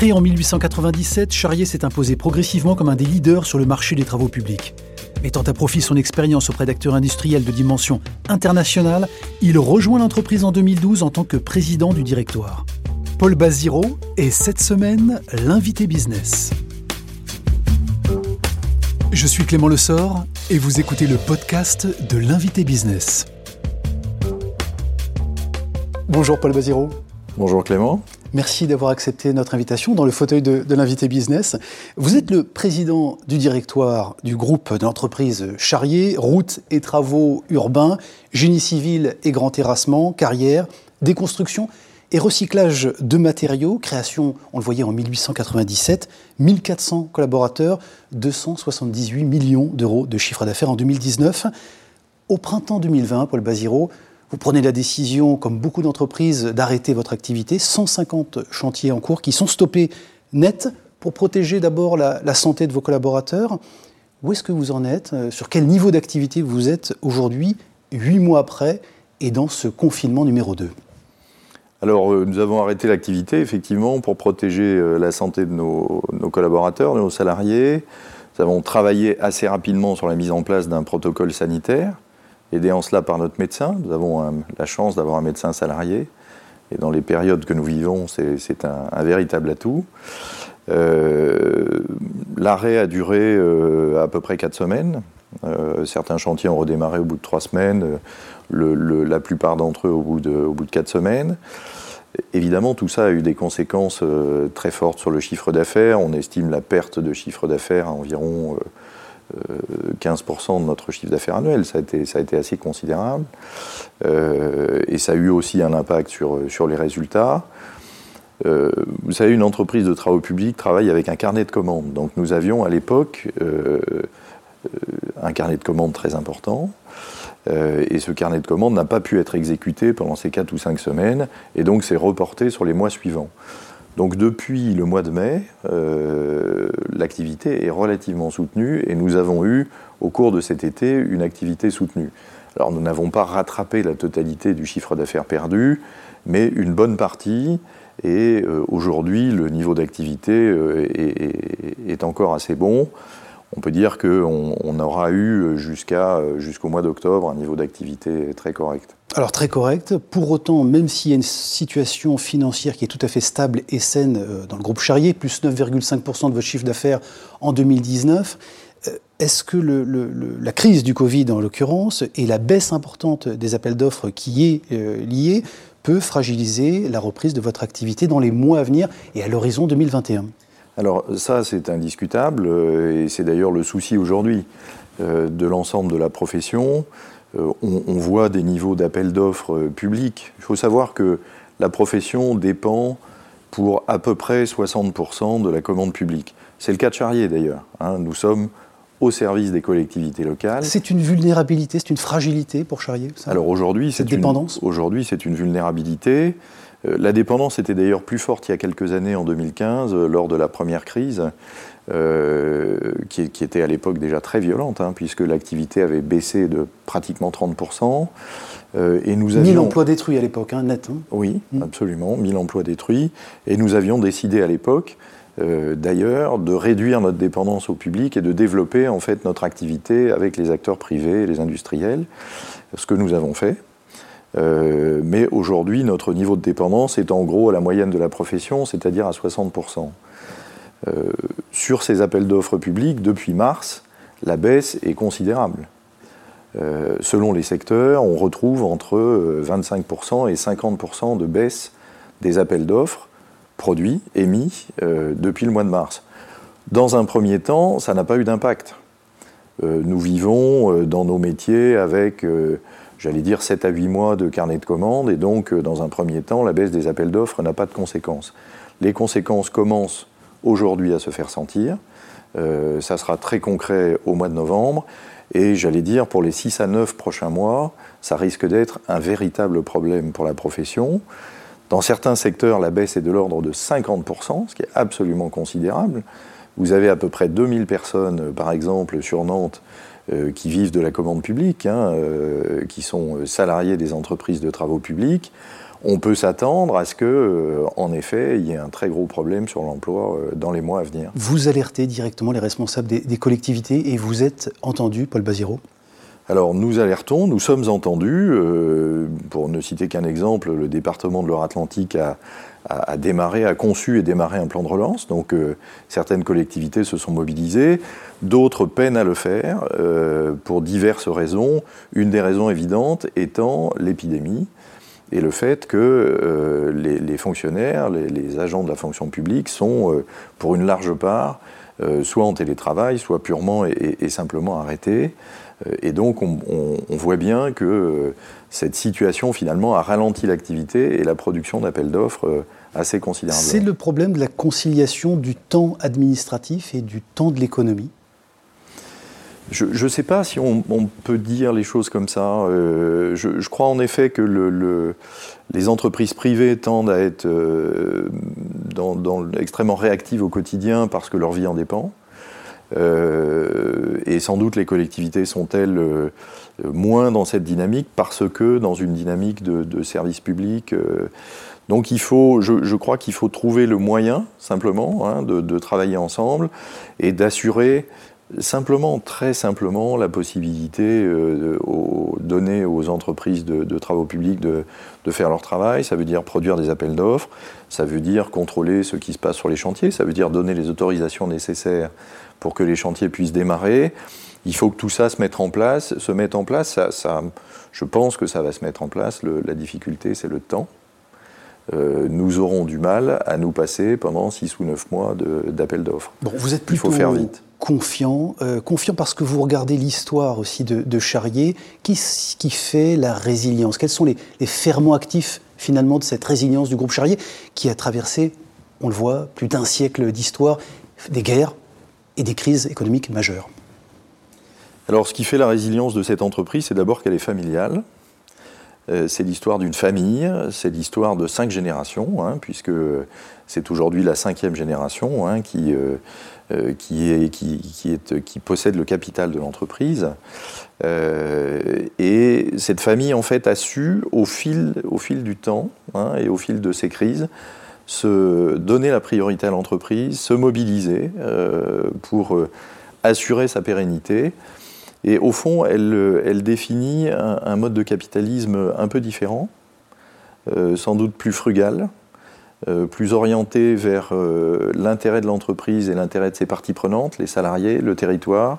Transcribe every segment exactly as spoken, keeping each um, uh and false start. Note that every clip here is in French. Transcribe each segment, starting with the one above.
Créé en mille huit cent quatre-vingt-dix-sept, Charrier s'est imposé progressivement comme un des leaders sur le marché des travaux publics. Mettant à profit son expérience auprès d'acteurs industriels de dimension internationale, il rejoint l'entreprise en deux mille douze en tant que président du directoire. Paul Baziro est cette semaine l'invité business. Je suis Clément Lessort et vous écoutez le podcast de l'invité business. Bonjour Paul Baziro. Bonjour Clément. Merci d'avoir accepté notre invitation dans le fauteuil de, de l'invité business. Vous êtes le président du directoire du groupe de l'entreprise Charrier, routes et travaux urbains, génie civil et grand terrassement, carrière, déconstruction et recyclage de matériaux, création, on le voyait en mille huit cent quatre-vingt-dix-sept, mille quatre cents collaborateurs, deux cent soixante-dix-huit millions d'euros de chiffre d'affaires en deux mille dix-neuf. Au printemps deux mille vingt, Paul Baziro, vous prenez la décision, comme beaucoup d'entreprises, d'arrêter votre activité. cent cinquante chantiers en cours qui sont stoppés net pour protéger d'abord la, la santé de vos collaborateurs. Où est-ce que vous en êtes ? Sur quel niveau d'activité vous êtes aujourd'hui, huit mois après, et dans ce confinement numéro deux ? Alors, euh, nous avons arrêté l'activité, effectivement, pour protéger euh, la santé de nos, nos collaborateurs, de nos salariés. Nous avons travaillé assez rapidement sur la mise en place d'un protocole sanitaire, aidé en cela par notre médecin. Nous avons un, la chance d'avoir un médecin salarié. Et dans les périodes que nous vivons, c'est, c'est un, un véritable atout. Euh, l'arrêt a duré euh, à peu près quatre semaines. Euh, certains chantiers ont redémarré au bout de trois semaines. Le, le, la plupart d'entre eux au bout de, au bout de quatre semaines. Évidemment, tout ça a eu des conséquences euh, très fortes sur le chiffre d'affaires. On estime la perte de chiffre d'affaires à environ euh, euh, quinze pour cent de notre chiffre d'affaires annuel. Ça a été, ça a été assez considérable. Euh, et ça a eu aussi un impact sur, sur les résultats. Euh, vous savez, une entreprise de travaux publics travaille avec un carnet de commandes. Donc nous avions à l'époque euh, un carnet de commandes très important. Euh, et ce carnet de commandes n'a pas pu être exécuté pendant ces quatre ou cinq semaines, et donc c'est reporté sur les mois suivants. Donc depuis le mois de mai, euh, l'activité est relativement soutenue, et nous avons eu, au cours de cet été, une activité soutenue. Alors nous n'avons pas rattrapé la totalité du chiffre d'affaires perdu, mais une bonne partie, et euh, aujourd'hui le niveau d'activité euh, est, est, est encore assez bon. On peut dire qu'on on aura eu jusqu'à, jusqu'au mois d'octobre un niveau d'activité très correct. Alors très correct. Pour autant, même s'il y a une situation financière qui est tout à fait stable et saine dans le groupe Charrier, plus neuf virgule cinq pour cent de votre chiffre d'affaires en deux mille dix-neuf, est-ce que le, le, le, la crise du Covid, en l'occurrence, et la baisse importante des appels d'offres qui y est euh, liée, peut fragiliser la reprise de votre activité dans les mois à venir et à l'horizon deux mille vingt et un ? Alors ça, c'est indiscutable, euh, et c'est d'ailleurs le souci aujourd'hui euh, de l'ensemble de la profession. Euh, on, on voit des niveaux d'appel d'offres euh, publics. Il faut savoir que la profession dépend pour à peu près soixante pour cent de la commande publique. C'est le cas de Charrier d'ailleurs. Hein. Nous sommes au service des collectivités locales. C'est une vulnérabilité, c'est une fragilité pour Charrier, ça ? Alors aujourd'hui, Cette c'est dépendance une, aujourd'hui, c'est une vulnérabilité. La dépendance était d'ailleurs plus forte il y a quelques années, en deux mille quinze, lors de la première crise, euh, qui, qui était à l'époque déjà très violente, hein, puisque l'activité avait baissé de pratiquement trente pour cent. Euh, et nous avions... mille emplois détruits à l'époque, hein, net. Hein. Oui, mmh. absolument, mille emplois détruits. Et nous avions décidé à l'époque, euh, d'ailleurs, de réduire notre dépendance au public et de développer en fait notre activité avec les acteurs privés et les industriels, ce que nous avons fait. Euh, mais aujourd'hui, notre niveau de dépendance est en gros à la moyenne de la profession, c'est-à-dire à soixante pour cent. Euh, sur ces appels d'offres publics, depuis mars, la baisse est considérable. Euh, selon les secteurs, on retrouve entre vingt-cinq pour cent et cinquante pour cent de baisse des appels d'offres produits, émis, euh, depuis le mois de mars. Dans un premier temps, ça n'a pas eu d'impact. Euh, nous vivons euh, dans nos métiers avec... Euh, j'allais dire sept à huit mois de carnet de commandes, et donc, dans un premier temps, la baisse des appels d'offres n'a pas de conséquences. Les conséquences commencent aujourd'hui à se faire sentir. Euh, ça sera très concret au mois de novembre, et j'allais dire, pour les six à neuf prochains mois, ça risque d'être un véritable problème pour la profession. Dans certains secteurs, la baisse est de l'ordre de cinquante pour cent, ce qui est absolument considérable. Vous avez à peu près deux mille personnes, par exemple, sur Nantes, Euh, qui vivent de la commande publique, hein, euh, qui sont salariés des entreprises de travaux publics. on peut s'attendre à ce que, euh, en effet, il y ait un très gros problème sur l'emploi euh, dans les mois à venir. Vous alertez directement les responsables des, des collectivités et vous êtes entendu, Paul Baziro ? Alors nous alertons, nous sommes entendus. Euh, pour ne citer qu'un exemple, le département de Loire-Atlantique a, a, a démarré, a conçu et démarré un plan de relance. Donc euh, certaines collectivités se sont mobilisées, d'autres peinent à le faire euh, pour diverses raisons. Une des raisons évidentes étant l'épidémie et le fait que euh, les, les fonctionnaires, les, les agents de la fonction publique sont euh, pour une large part euh, soit en télétravail, soit purement et, et, et simplement arrêtés. Et donc, on, on, on voit bien que euh, cette situation, finalement, a ralenti l'activité et la production d'appels d'offres euh, assez considérablement. C'est le problème de la conciliation du temps administratif et du temps de l'économie ? Je ne sais pas si on, on peut dire les choses comme ça. Euh, je, je crois en effet que le, le, les entreprises privées tendent à être euh, dans, dans, extrêmement réactives au quotidien parce que leur vie en dépend. Euh, et sans doute les collectivités sont-elles euh, moins dans cette dynamique parce que dans une dynamique de, de service public. Euh, donc il faut, je, je crois qu'il faut trouver le moyen simplement hein, de, de travailler ensemble et d'assurer simplement, très simplement, la possibilité euh, aux, donnée aux entreprises de, de travaux publics de, de faire leur travail. Ça veut dire produire des appels d'offres, ça veut dire contrôler ce qui se passe sur les chantiers, ça veut dire donner les autorisations nécessaires pour que les chantiers puissent démarrer. Il faut que tout ça se mette en place. Se mette en place, ça, ça, je pense que ça va se mettre en place. Le, la difficulté, c'est le temps. Euh, nous aurons du mal à nous passer pendant six ou neuf mois de, d'appel d'offres. Bon, vous êtes plutôt Il faut faire vite. Confiant, euh, confiant parce que vous regardez l'histoire aussi de, de Charrier. Qu'est-ce qui fait la résilience ? Quels sont les, les ferments actifs finalement de cette résilience du groupe Charrier qui a traversé, on le voit, plus d'un siècle d'histoire, des guerres et des crises économiques majeures ? Alors, ce qui fait la résilience de cette entreprise, c'est d'abord qu'elle est familiale. Euh, c'est l'histoire d'une famille, c'est l'histoire de cinq générations, hein, puisque c'est aujourd'hui la cinquième génération hein, qui, euh, euh, qui, est, qui, qui, est, qui possède le capital de l'entreprise. Euh, et cette famille, en fait, a su, au fil, au fil du temps hein, et au fil de ces crises, se donner la priorité à l'entreprise, se mobiliser euh, pour euh, assurer sa pérennité. Et au fond, elle, elle définit un, un mode de capitalisme un peu différent, euh, sans doute plus frugal, euh, plus orienté vers euh, l'intérêt de l'entreprise et l'intérêt de ses parties prenantes, les salariés, le territoire.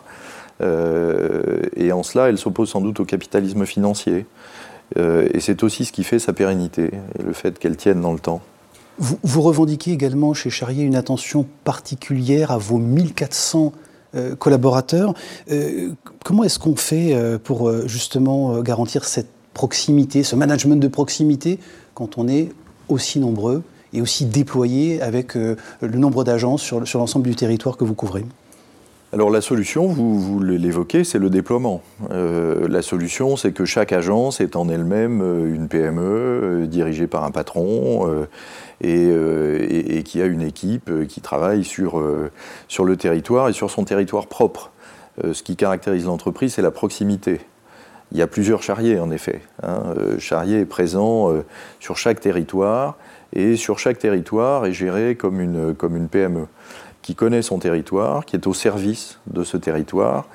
Euh, et en cela, elle s'oppose sans doute au capitalisme financier. Euh, et c'est aussi ce qui fait sa pérennité, et le fait qu'elle tienne dans le temps. Vous, vous revendiquez également chez Charrier une attention particulière à vos mille quatre cents Euh, collaborateurs. Euh, comment est-ce qu'on fait euh, pour euh, justement euh, garantir cette proximité, ce management de proximité quand on est aussi nombreux et aussi déployés avec euh, le nombre d'agences sur, sur l'ensemble du territoire que vous couvrez ? Alors la solution, vous, vous l'évoquez, c'est le déploiement. Euh, la solution, c'est que chaque agence est en elle-même une P M E euh, dirigée par un patron euh, et, euh, et, et qui a une équipe qui travaille sur, euh, sur le territoire et sur son territoire propre. Euh, ce qui caractérise l'entreprise, c'est la proximité. Il y a plusieurs Charriers, en effet. Hein. Euh, Charrier est présent euh, sur chaque territoire et sur chaque territoire est géré comme une, comme une P M E. Qui connaît son territoire, qui est au service de ce territoire,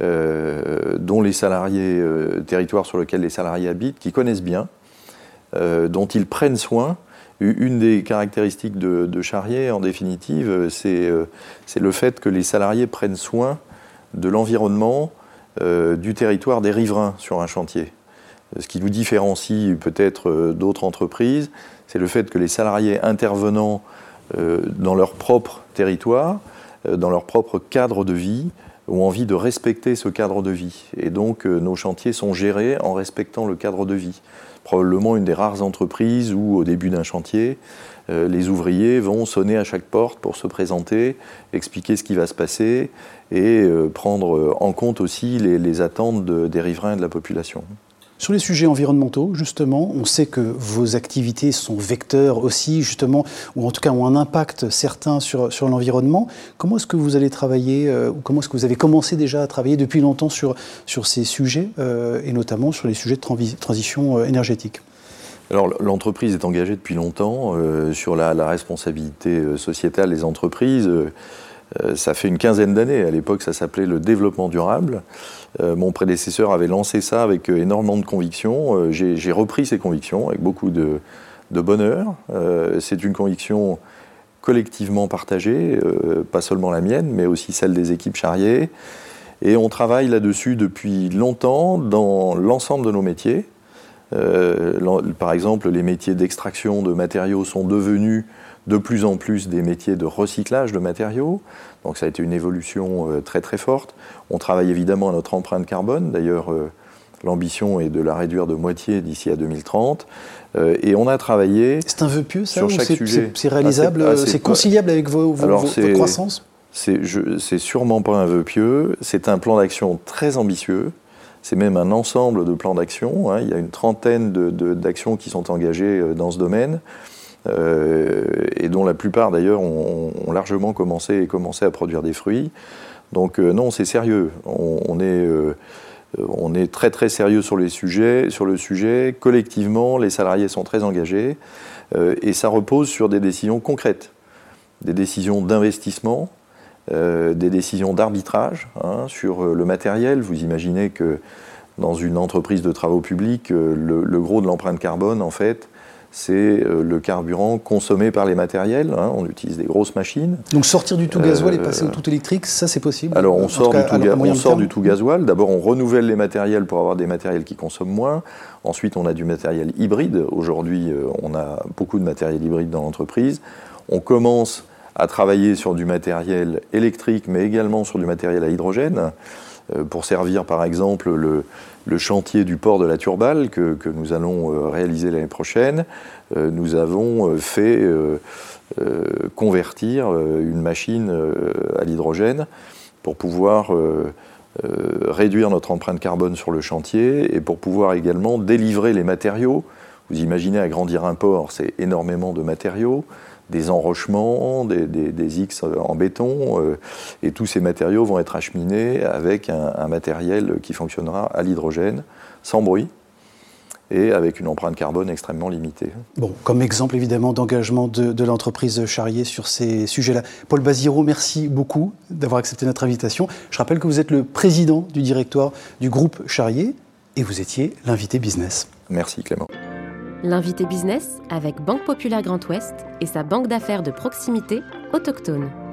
euh, dont les salariés, euh, territoire sur lequel les salariés habitent, qui connaissent bien, euh, dont ils prennent soin. Une des caractéristiques de, de Charrier, en définitive, c'est, euh, c'est le fait que les salariés prennent soin de l'environnement, euh, du territoire des riverains sur un chantier. Ce qui nous différencie peut-être euh, d'autres entreprises, c'est le fait que les salariés intervenant Euh, dans leur propre territoire, euh, dans leur propre cadre de vie, ont envie de respecter ce cadre de vie. Et donc, euh, nos chantiers sont gérés en respectant le cadre de vie. Probablement une des rares entreprises où, au début d'un chantier, euh, les ouvriers vont sonner à chaque porte pour se présenter, expliquer ce qui va se passer et euh, prendre en compte aussi les, les attentes de, des riverains et de la population. Sur les sujets environnementaux, justement, on sait que vos activités sont vecteurs aussi, justement, ou en tout cas ont un impact certain sur, sur l'environnement. Comment est-ce que vous allez travailler, euh, ou comment est-ce que vous avez commencé déjà à travailler depuis longtemps sur, sur ces sujets, euh, et notamment sur les sujets de transi- transition euh, énergétique ? Alors l'entreprise est engagée depuis longtemps euh, sur la, la responsabilité sociétale des entreprises. Euh, ça fait une quinzaine d'années. À l'époque, ça s'appelait le développement durable. Euh, mon prédécesseur avait lancé ça avec énormément de conviction. Euh, j'ai, j'ai repris ces convictions avec beaucoup de, de bonheur. Euh, c'est une conviction collectivement partagée, euh, pas seulement la mienne, mais aussi celle des équipes Charrier. Et on travaille là-dessus depuis longtemps dans l'ensemble de nos métiers. Euh, par exemple, les métiers d'extraction de matériaux sont devenus de plus en plus des métiers de recyclage de matériaux. Donc ça a été une évolution euh, très très forte. On travaille évidemment à notre empreinte carbone. D'ailleurs, euh, l'ambition est de la réduire de moitié d'ici à deux mille trente. Euh, et on a travaillé... C'est un vœu pieux, ça, sur chaque c'est, sujet. C'est, c'est réalisable, ah, c'est, ah, c'est c'est conciliable avec vos, vos, Alors, votre croissance? C'est, je, c'est sûrement pas un vœu pieux. C'est un plan d'action très ambitieux. C'est même un ensemble de plans d'action. Hein. Il y a une trentaine de, de, d'actions qui sont engagées dans ce domaine, euh, et dont la plupart d'ailleurs ont, ont largement commencé, commencé à produire des fruits. Donc euh, non, c'est sérieux. On, on, est, euh, on est très très sérieux sur, les sujets, sur le sujet. Collectivement, les salariés sont très engagés, euh, et ça repose sur des décisions concrètes, des décisions d'investissement, Euh, des décisions d'arbitrage hein, sur euh, le matériel. Vous imaginez que dans une entreprise de travaux publics, euh, le, le gros de l'empreinte carbone, en fait, c'est euh, le carburant consommé par les matériels. Hein, on utilise des grosses machines. Donc sortir du tout gasoil euh, et passer au tout électrique, ça c'est possible? Alors on sort, cas, du, tout ga- on sort terme. du tout gasoil. D'abord on renouvelle les matériels pour avoir des matériels qui consomment moins. Ensuite on a du matériel hybride. Aujourd'hui euh, on a beaucoup de matériel hybride dans l'entreprise. On commence à travailler sur du matériel électrique, mais également sur du matériel à hydrogène, euh, pour servir par exemple le, le chantier du port de la Turballe que, que nous allons euh, réaliser l'année prochaine. Euh, nous avons euh, fait euh, euh, convertir euh, une machine euh, à l'hydrogène pour pouvoir euh, euh, réduire notre empreinte carbone sur le chantier et pour pouvoir également délivrer les matériaux. Vous imaginez agrandir un port, c'est énormément de matériaux, des enrochements, des, des, des X en béton, euh, et tous ces matériaux vont être acheminés avec un, un matériel qui fonctionnera à l'hydrogène, sans bruit, et avec une empreinte carbone extrêmement limitée. Bon, comme exemple évidemment d'engagement de, de l'entreprise Charrier sur ces sujets-là. Paul Baziro, merci beaucoup d'avoir accepté notre invitation. Je rappelle que vous êtes le président du directoire du groupe Charrier, et vous étiez l'invité business. Merci Clément. L'invité business avec Banque Populaire Grand Ouest et sa banque d'affaires de proximité autochtone.